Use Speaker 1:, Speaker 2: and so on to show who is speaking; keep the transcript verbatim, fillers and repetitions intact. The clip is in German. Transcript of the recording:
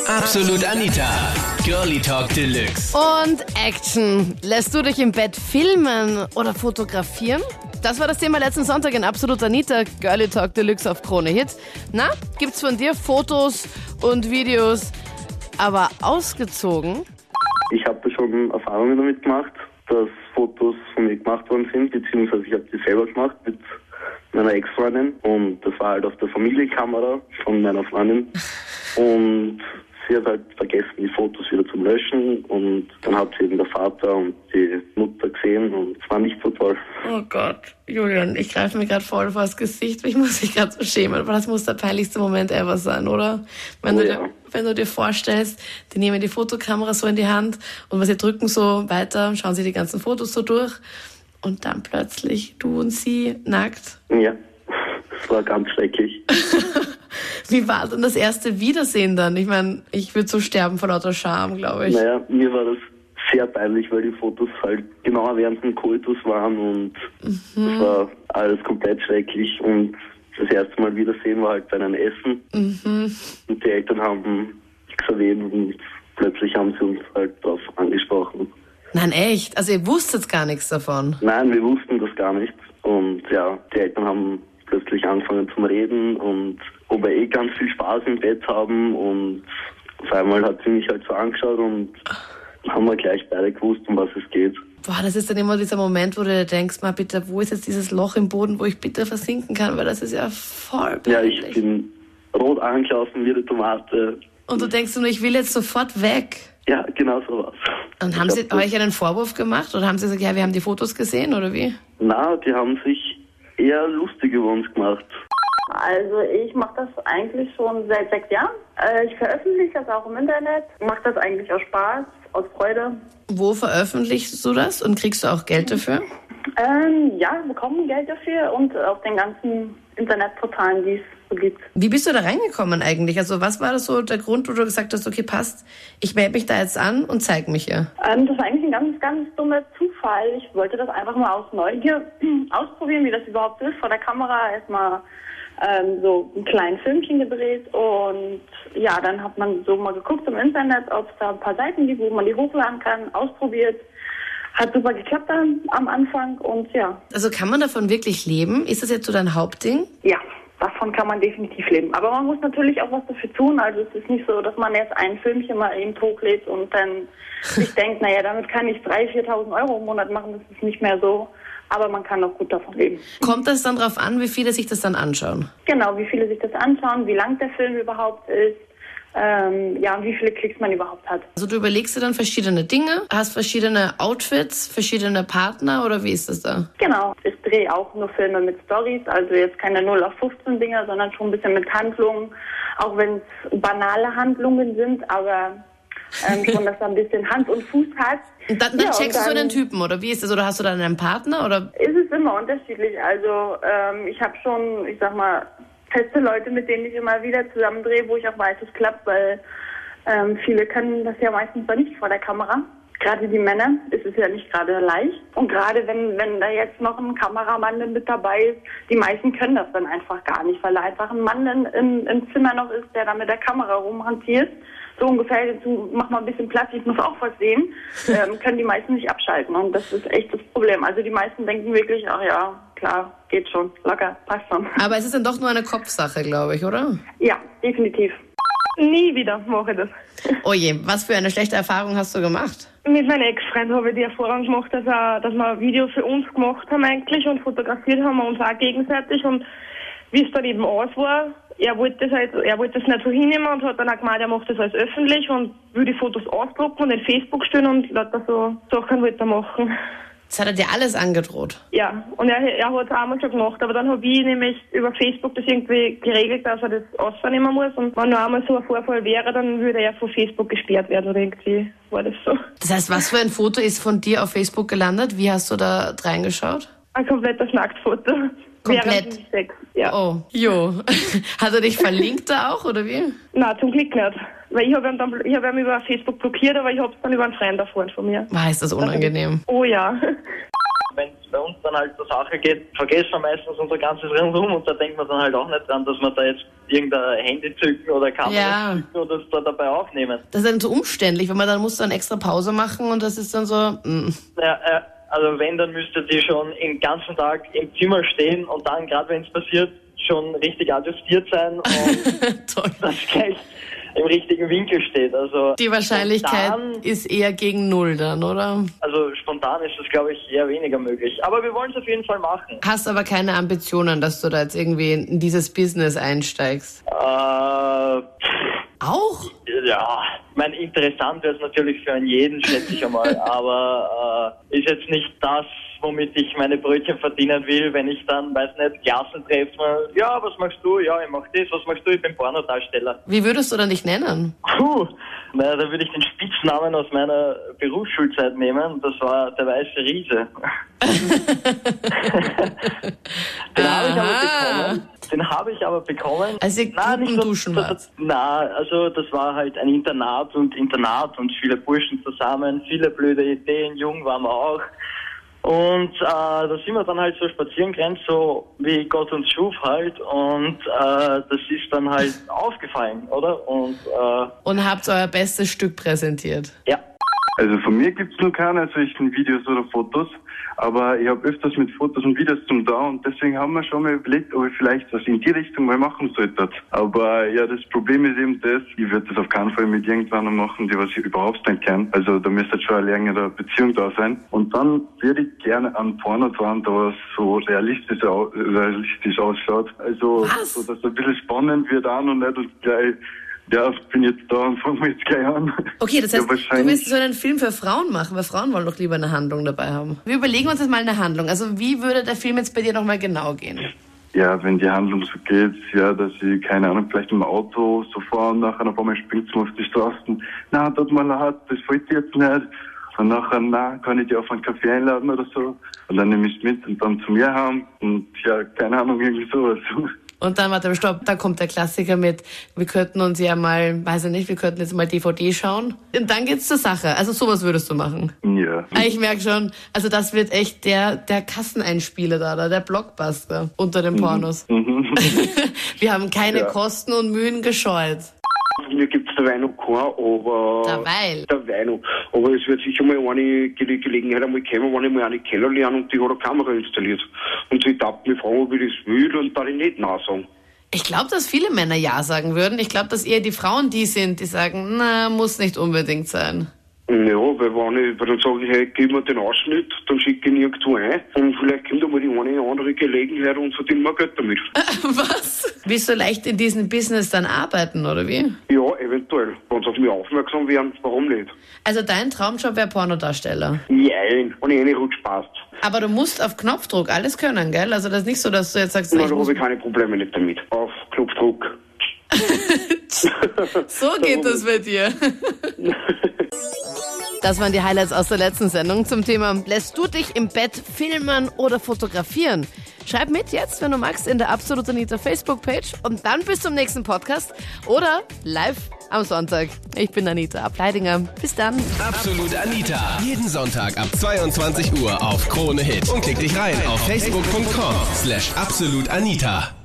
Speaker 1: Absolut Anita, Girlie Talk Deluxe.
Speaker 2: Und Action. Lässt du dich im Bett filmen oder fotografieren? Das war das Thema letzten Sonntag in Absolut Anita, Girlie Talk Deluxe auf Krone Hit. Na, gibt's von dir Fotos und Videos, aber ausgezogen?
Speaker 3: Ich habe da schon Erfahrungen damit gemacht, dass Fotos von mir gemacht worden sind, beziehungsweise ich habe die selber gemacht mit meiner Ex-Freundin und das war halt auf der Familienkamera von meiner Freundin und sie hat halt vergessen, die Fotos wieder zu löschen und dann hat sie eben der Vater und die Mutter gesehen und es war nicht so toll.
Speaker 2: Oh Gott, Julian, ich greife mir gerade voll vor das Gesicht, ich muss mich gerade so schämen, aber das muss der peinlichste Moment ever sein, oder? Wenn,
Speaker 3: oh,
Speaker 2: du,
Speaker 3: ja.
Speaker 2: dir, wenn du dir vorstellst, die nehmen die Fotokamera so in die Hand und sie drücken so weiter, schauen sie die ganzen Fotos so durch und dann plötzlich du und sie nackt.
Speaker 3: Ja, das war ganz schrecklich.
Speaker 2: Wie war denn das erste Wiedersehen dann? Ich meine, ich würde so sterben vor lauter Scham, glaube ich.
Speaker 3: Naja, mir war das sehr peinlich, weil die Fotos halt genau während dem Koitus waren und mhm. das war alles komplett schrecklich und das erste Mal Wiedersehen war halt bei einem Essen mhm. und die Eltern haben nichts erwähnt und plötzlich haben sie uns halt drauf angesprochen.
Speaker 2: Nein, echt? Also ihr wusstet gar nichts davon?
Speaker 3: Nein, wir wussten das gar nicht und ja, die Eltern haben plötzlich angefangen zu reden und ob wir eh ganz viel Spaß im Bett haben und auf einmal hat sie mich halt so angeschaut und haben wir gleich beide gewusst, um was es geht.
Speaker 2: Boah, das ist dann immer dieser Moment, wo du dir denkst, mal bitte, wo ist jetzt dieses Loch im Boden, wo ich bitte versinken kann, weil das ist ja voll peinlich.
Speaker 3: Ja, ich bin rot angelaufen wie eine Tomate.
Speaker 2: Und du denkst nur, ich will jetzt sofort weg.
Speaker 3: Ja, genau so was.
Speaker 2: Und haben sie euch einen Vorwurf gemacht oder haben sie gesagt, ja, wir haben die Fotos gesehen oder wie?
Speaker 3: Na, die haben sich eher lustig über uns gemacht.
Speaker 4: Also ich mache das eigentlich schon seit sechs Jahren. Ich veröffentliche das auch im Internet. Mache das eigentlich aus Spaß, aus Freude.
Speaker 2: Wo veröffentlichst du das und kriegst du auch Geld dafür?
Speaker 4: Ähm, ja, wir bekommen Geld dafür und auf den ganzen Internetportalen, die es so gibt.
Speaker 2: Wie bist du da reingekommen eigentlich? Also was war das so der Grund, wo du gesagt hast, okay, passt, ich melde mich da jetzt an und zeig mich hier?
Speaker 4: Ähm, das war eigentlich ein ganz, ganz dummer Zufall. Ich wollte das einfach mal aus Neugier ausprobieren, wie das überhaupt ist, vor der Kamera erstmal ähm, so ein kleines Filmchen gedreht und ja, dann hat man so mal geguckt im Internet, ob es da ein paar Seiten gibt, wo man die hochladen kann, ausprobiert. Hat super geklappt dann am Anfang und ja.
Speaker 2: Also kann man davon wirklich leben? Ist das jetzt so dein Hauptding?
Speaker 4: Ja, davon kann man definitiv leben. Aber man muss natürlich auch was dafür tun. Also es ist nicht so, dass man jetzt ein Filmchen mal eben hochlädt und dann sich denkt, naja, damit kann ich dreitausend, viertausend Euro im Monat machen. Das ist nicht mehr so. Aber man kann auch gut davon leben.
Speaker 2: Kommt das dann darauf an, wie viele sich das dann anschauen?
Speaker 4: Genau, wie viele sich das anschauen, wie lang der Film überhaupt ist. Ähm, ja, und wie viele Klicks man überhaupt hat.
Speaker 2: Also du überlegst dir dann verschiedene Dinge, hast verschiedene Outfits, verschiedene Partner oder wie ist das da?
Speaker 4: Genau, ich drehe auch nur Filme mit Storys, also jetzt keine null auf fünfzehn Dinger, sondern schon ein bisschen mit Handlungen, auch wenn es banale Handlungen sind, aber ähm, schon, dass er ein bisschen Hand und Fuß hat.
Speaker 2: Und dann, dann
Speaker 4: ja,
Speaker 2: checkst
Speaker 4: und dann,
Speaker 2: du den Typen oder wie ist das? Oder hast du dann einen Partner? Oder?
Speaker 4: Ist es immer unterschiedlich, also ähm, ich habe schon, ich sag mal, feste Leute, mit denen ich immer wieder zusammendrehe, wo ich auch weiß, es klappt, weil ähm, viele können das ja meistens dann nicht vor der Kamera. Gerade die Männer ist es ja nicht gerade leicht. Und gerade wenn wenn da jetzt noch ein Kameramann mit dabei ist, die meisten können das dann einfach gar nicht, weil da einfach ein Mann in, in, im Zimmer noch ist, der da mit der Kamera rumhantiert. So ungefähr, jetzt mach mal ein bisschen Platz, ich muss auch was sehen, ähm, können die meisten nicht abschalten. Und das ist echt das Problem. Also die meisten denken wirklich, ach ja, klar, geht schon, locker, passt schon.
Speaker 2: Aber es ist dann doch nur eine Kopfsache, glaube ich, oder?
Speaker 4: Ja, definitiv. Nie wieder mache ich das.
Speaker 2: Oh je, was für eine schlechte Erfahrung hast du gemacht?
Speaker 5: Mit meinem Ex-Freund habe ich die Erfahrung gemacht, dass, er, dass wir ein Video für uns gemacht haben eigentlich und fotografiert haben wir uns auch gegenseitig und wie es dann eben aus war, er wollte das halt, er wollte das nicht so hinnehmen und hat dann auch gemeint, er macht das alles öffentlich und will die Fotos ausdrucken und in Facebook stellen und lauter so Sachen wollte er machen.
Speaker 2: Das hat er dir alles angedroht?
Speaker 5: Ja, und er, er hat es einmal schon gemacht, aber dann habe ich nämlich über Facebook das irgendwie geregelt, dass er das ausnehmen muss und wenn noch einmal so ein Vorfall wäre, dann würde er von Facebook gesperrt werden oder irgendwie war das so.
Speaker 2: Das heißt, was für ein Foto ist von dir auf Facebook gelandet? Wie hast du da reingeschaut?
Speaker 5: Ein komplettes Nacktfoto.
Speaker 2: Komplett?
Speaker 5: Sex, ja.
Speaker 2: Oh, jo. Hat er dich verlinkt da auch, oder wie?
Speaker 5: Nein, zum Glück nicht. Weil ich habe ihn, dann, ich hab ihn über Facebook blockiert, aber ich habe es dann über einen Freund erfahren von mir.
Speaker 2: War ist das unangenehm?
Speaker 5: Oh ja.
Speaker 6: Wenn es bei uns dann halt zur Sache geht, vergessen wir meistens unser ganzes Rundum und da denkt man dann halt auch nicht dran, dass man da jetzt irgendein Handy zücken oder Kamera
Speaker 2: Ja.
Speaker 6: zücken und das da dabei aufnehmen.
Speaker 2: Das ist dann so umständlich, wenn man dann muss dann extra Pause machen und das ist dann so, mm.
Speaker 6: Ja, äh, also wenn, dann müsste die schon den ganzen Tag im Zimmer stehen und dann, gerade wenn es passiert, schon richtig adjustiert sein und
Speaker 2: Toll.
Speaker 6: das gleich im richtigen Winkel steht. Also
Speaker 2: Die Wahrscheinlichkeit
Speaker 6: spontan,
Speaker 2: ist eher gegen null dann, oder?
Speaker 6: also spontan ist das, glaube ich, eher weniger möglich. Aber wir wollen es auf jeden Fall machen.
Speaker 2: Hast aber keine Ambitionen, dass du da jetzt irgendwie in dieses Business einsteigst?
Speaker 6: Äh,
Speaker 2: Auch?
Speaker 6: ja, ich meine, interessant wäre es natürlich für einen jeden, schätze ich einmal, aber äh, ist jetzt nicht das, womit ich meine Brötchen verdienen will, wenn ich dann, weiß nicht, Klassen treffe, ja, was machst du? Ja, ich mach das, was machst du? Ich bin Pornodarsteller.
Speaker 2: Wie würdest du dann dich nennen?
Speaker 6: Puh, na, da würde ich den Spitznamen aus meiner Berufsschulzeit nehmen, das war der weiße Riese. Den habe ich aber bekommen. Den habe ich aber bekommen.
Speaker 2: Als ihr
Speaker 6: Na, nicht so-
Speaker 2: Duschen
Speaker 6: so-
Speaker 2: wart.
Speaker 6: Na, also das war halt ein Internat und Internat und viele Burschen zusammen, viele blöde Ideen, jung waren wir auch. Und äh, da sind wir dann halt so spazieren gerannt, so wie Gott uns schuf halt. Und äh, das ist dann halt aufgefallen, oder? Und äh,
Speaker 2: Und habt euer bestes Stück präsentiert?
Speaker 6: ja.
Speaker 7: Also von mir gibt's noch keine solchen Videos oder Fotos, aber ich habe öfters mit Fotos und Videos zum da und deswegen haben wir schon mal überlegt, ob ich vielleicht was in die Richtung mal machen sollte. Aber ja, das Problem ist eben das, ich würde das auf keinen Fall mit irgendjemandem machen, die was ich überhaupt nicht kenne. Also da müsste schon eine längere Beziehung da sein. Und dann würde ich gerne an Porno dran, da was so realistisch, au- realistisch ausschaut. Also
Speaker 2: Was?
Speaker 7: so, dass es ein bisschen spannend wird an und nicht und gleich, ja, bin jetzt da und fangen wir jetzt gleich an.
Speaker 2: Okay, das heißt,
Speaker 7: Ja,
Speaker 2: du
Speaker 7: wahrscheinlich-
Speaker 2: willst so einen Film für Frauen machen, weil Frauen wollen doch lieber eine Handlung dabei haben. Wir überlegen uns jetzt mal eine Handlung. Also wie würde der Film jetzt bei dir nochmal genau gehen?
Speaker 7: Ja, wenn die Handlung so geht, ja, dass ich, keine Ahnung, vielleicht im Auto so fahre und nachher auf einmal springt es mir auf die Straßen. Na, tut mir leid, das wollte ich jetzt nicht. Und nachher, na, kann ich dich auf einen Kaffee einladen oder so. Und dann nehme ich es mit und dann zu mir haben. Und ja, keine Ahnung, irgendwie sowas.
Speaker 2: Und dann, warte, stopp, da kommt der Klassiker mit, wir könnten uns ja mal, weiß ich nicht, wir könnten jetzt mal D V D schauen. Und dann geht's zur Sache. Also sowas würdest du machen.
Speaker 7: Ja.
Speaker 2: Ah, Ich merke schon, also das wird echt der, der Kasseneinspieler da, da, der Blockbuster unter den Pornos. Wir haben keine
Speaker 7: Ja.
Speaker 2: Kosten und Mühen gescheut.
Speaker 3: Von mir gibt es dabei noch keinen, aber...
Speaker 2: Derweil.
Speaker 3: Dabei noch. Aber es wird sicher mal eine Ge Gelegenheit einmal kommen, wenn ich mal eine kennenlerne und die hat eine Kamera installiert. Und sie darf mich fragen, ob ich das will, und darf ich nicht Nein sagen.
Speaker 2: Ich glaube, dass viele Männer Ja sagen würden. Ich glaube, dass eher die Frauen die sind, die sagen, na, muss nicht unbedingt sein.
Speaker 3: Ja, weil wenn ich, weil dann sage ich, hey, gib mir den Ausschnitt, dann schicke ich ihn irgendwo ein und vielleicht kommt einmal die eine oder andere Gelegenheit und verdienen wir Geld damit.
Speaker 2: Was? Willst du leicht in diesem Business dann arbeiten, oder wie?
Speaker 3: Ja, eventuell. Wenn sie auf mich aufmerksam wären, warum nicht?
Speaker 2: Also dein Traumjob wäre Pornodarsteller.
Speaker 3: Nein, wenn ich reinrutsche, passt.
Speaker 2: Aber du musst auf Knopfdruck alles können, gell? Also das ist nicht so, dass du jetzt sagst,
Speaker 3: Na,
Speaker 2: ich
Speaker 3: da
Speaker 2: muss...
Speaker 3: habe ich keine Probleme nicht damit. Auf Knopfdruck.
Speaker 2: So geht das bei dir. Das waren die Highlights aus der letzten Sendung zum Thema lässt du dich im Bett filmen oder fotografieren? Schreib mit jetzt, wenn du magst, in der Absolut Anita Facebook-Page und dann bis zum nächsten Podcast oder live am Sonntag. Ich bin Anita Ableidinger. Bis dann.
Speaker 1: Absolut Anita. Jeden Sonntag ab zweiundzwanzig Uhr auf Krone Hit. Und klick dich rein auf facebook punkt com slash absolutanita.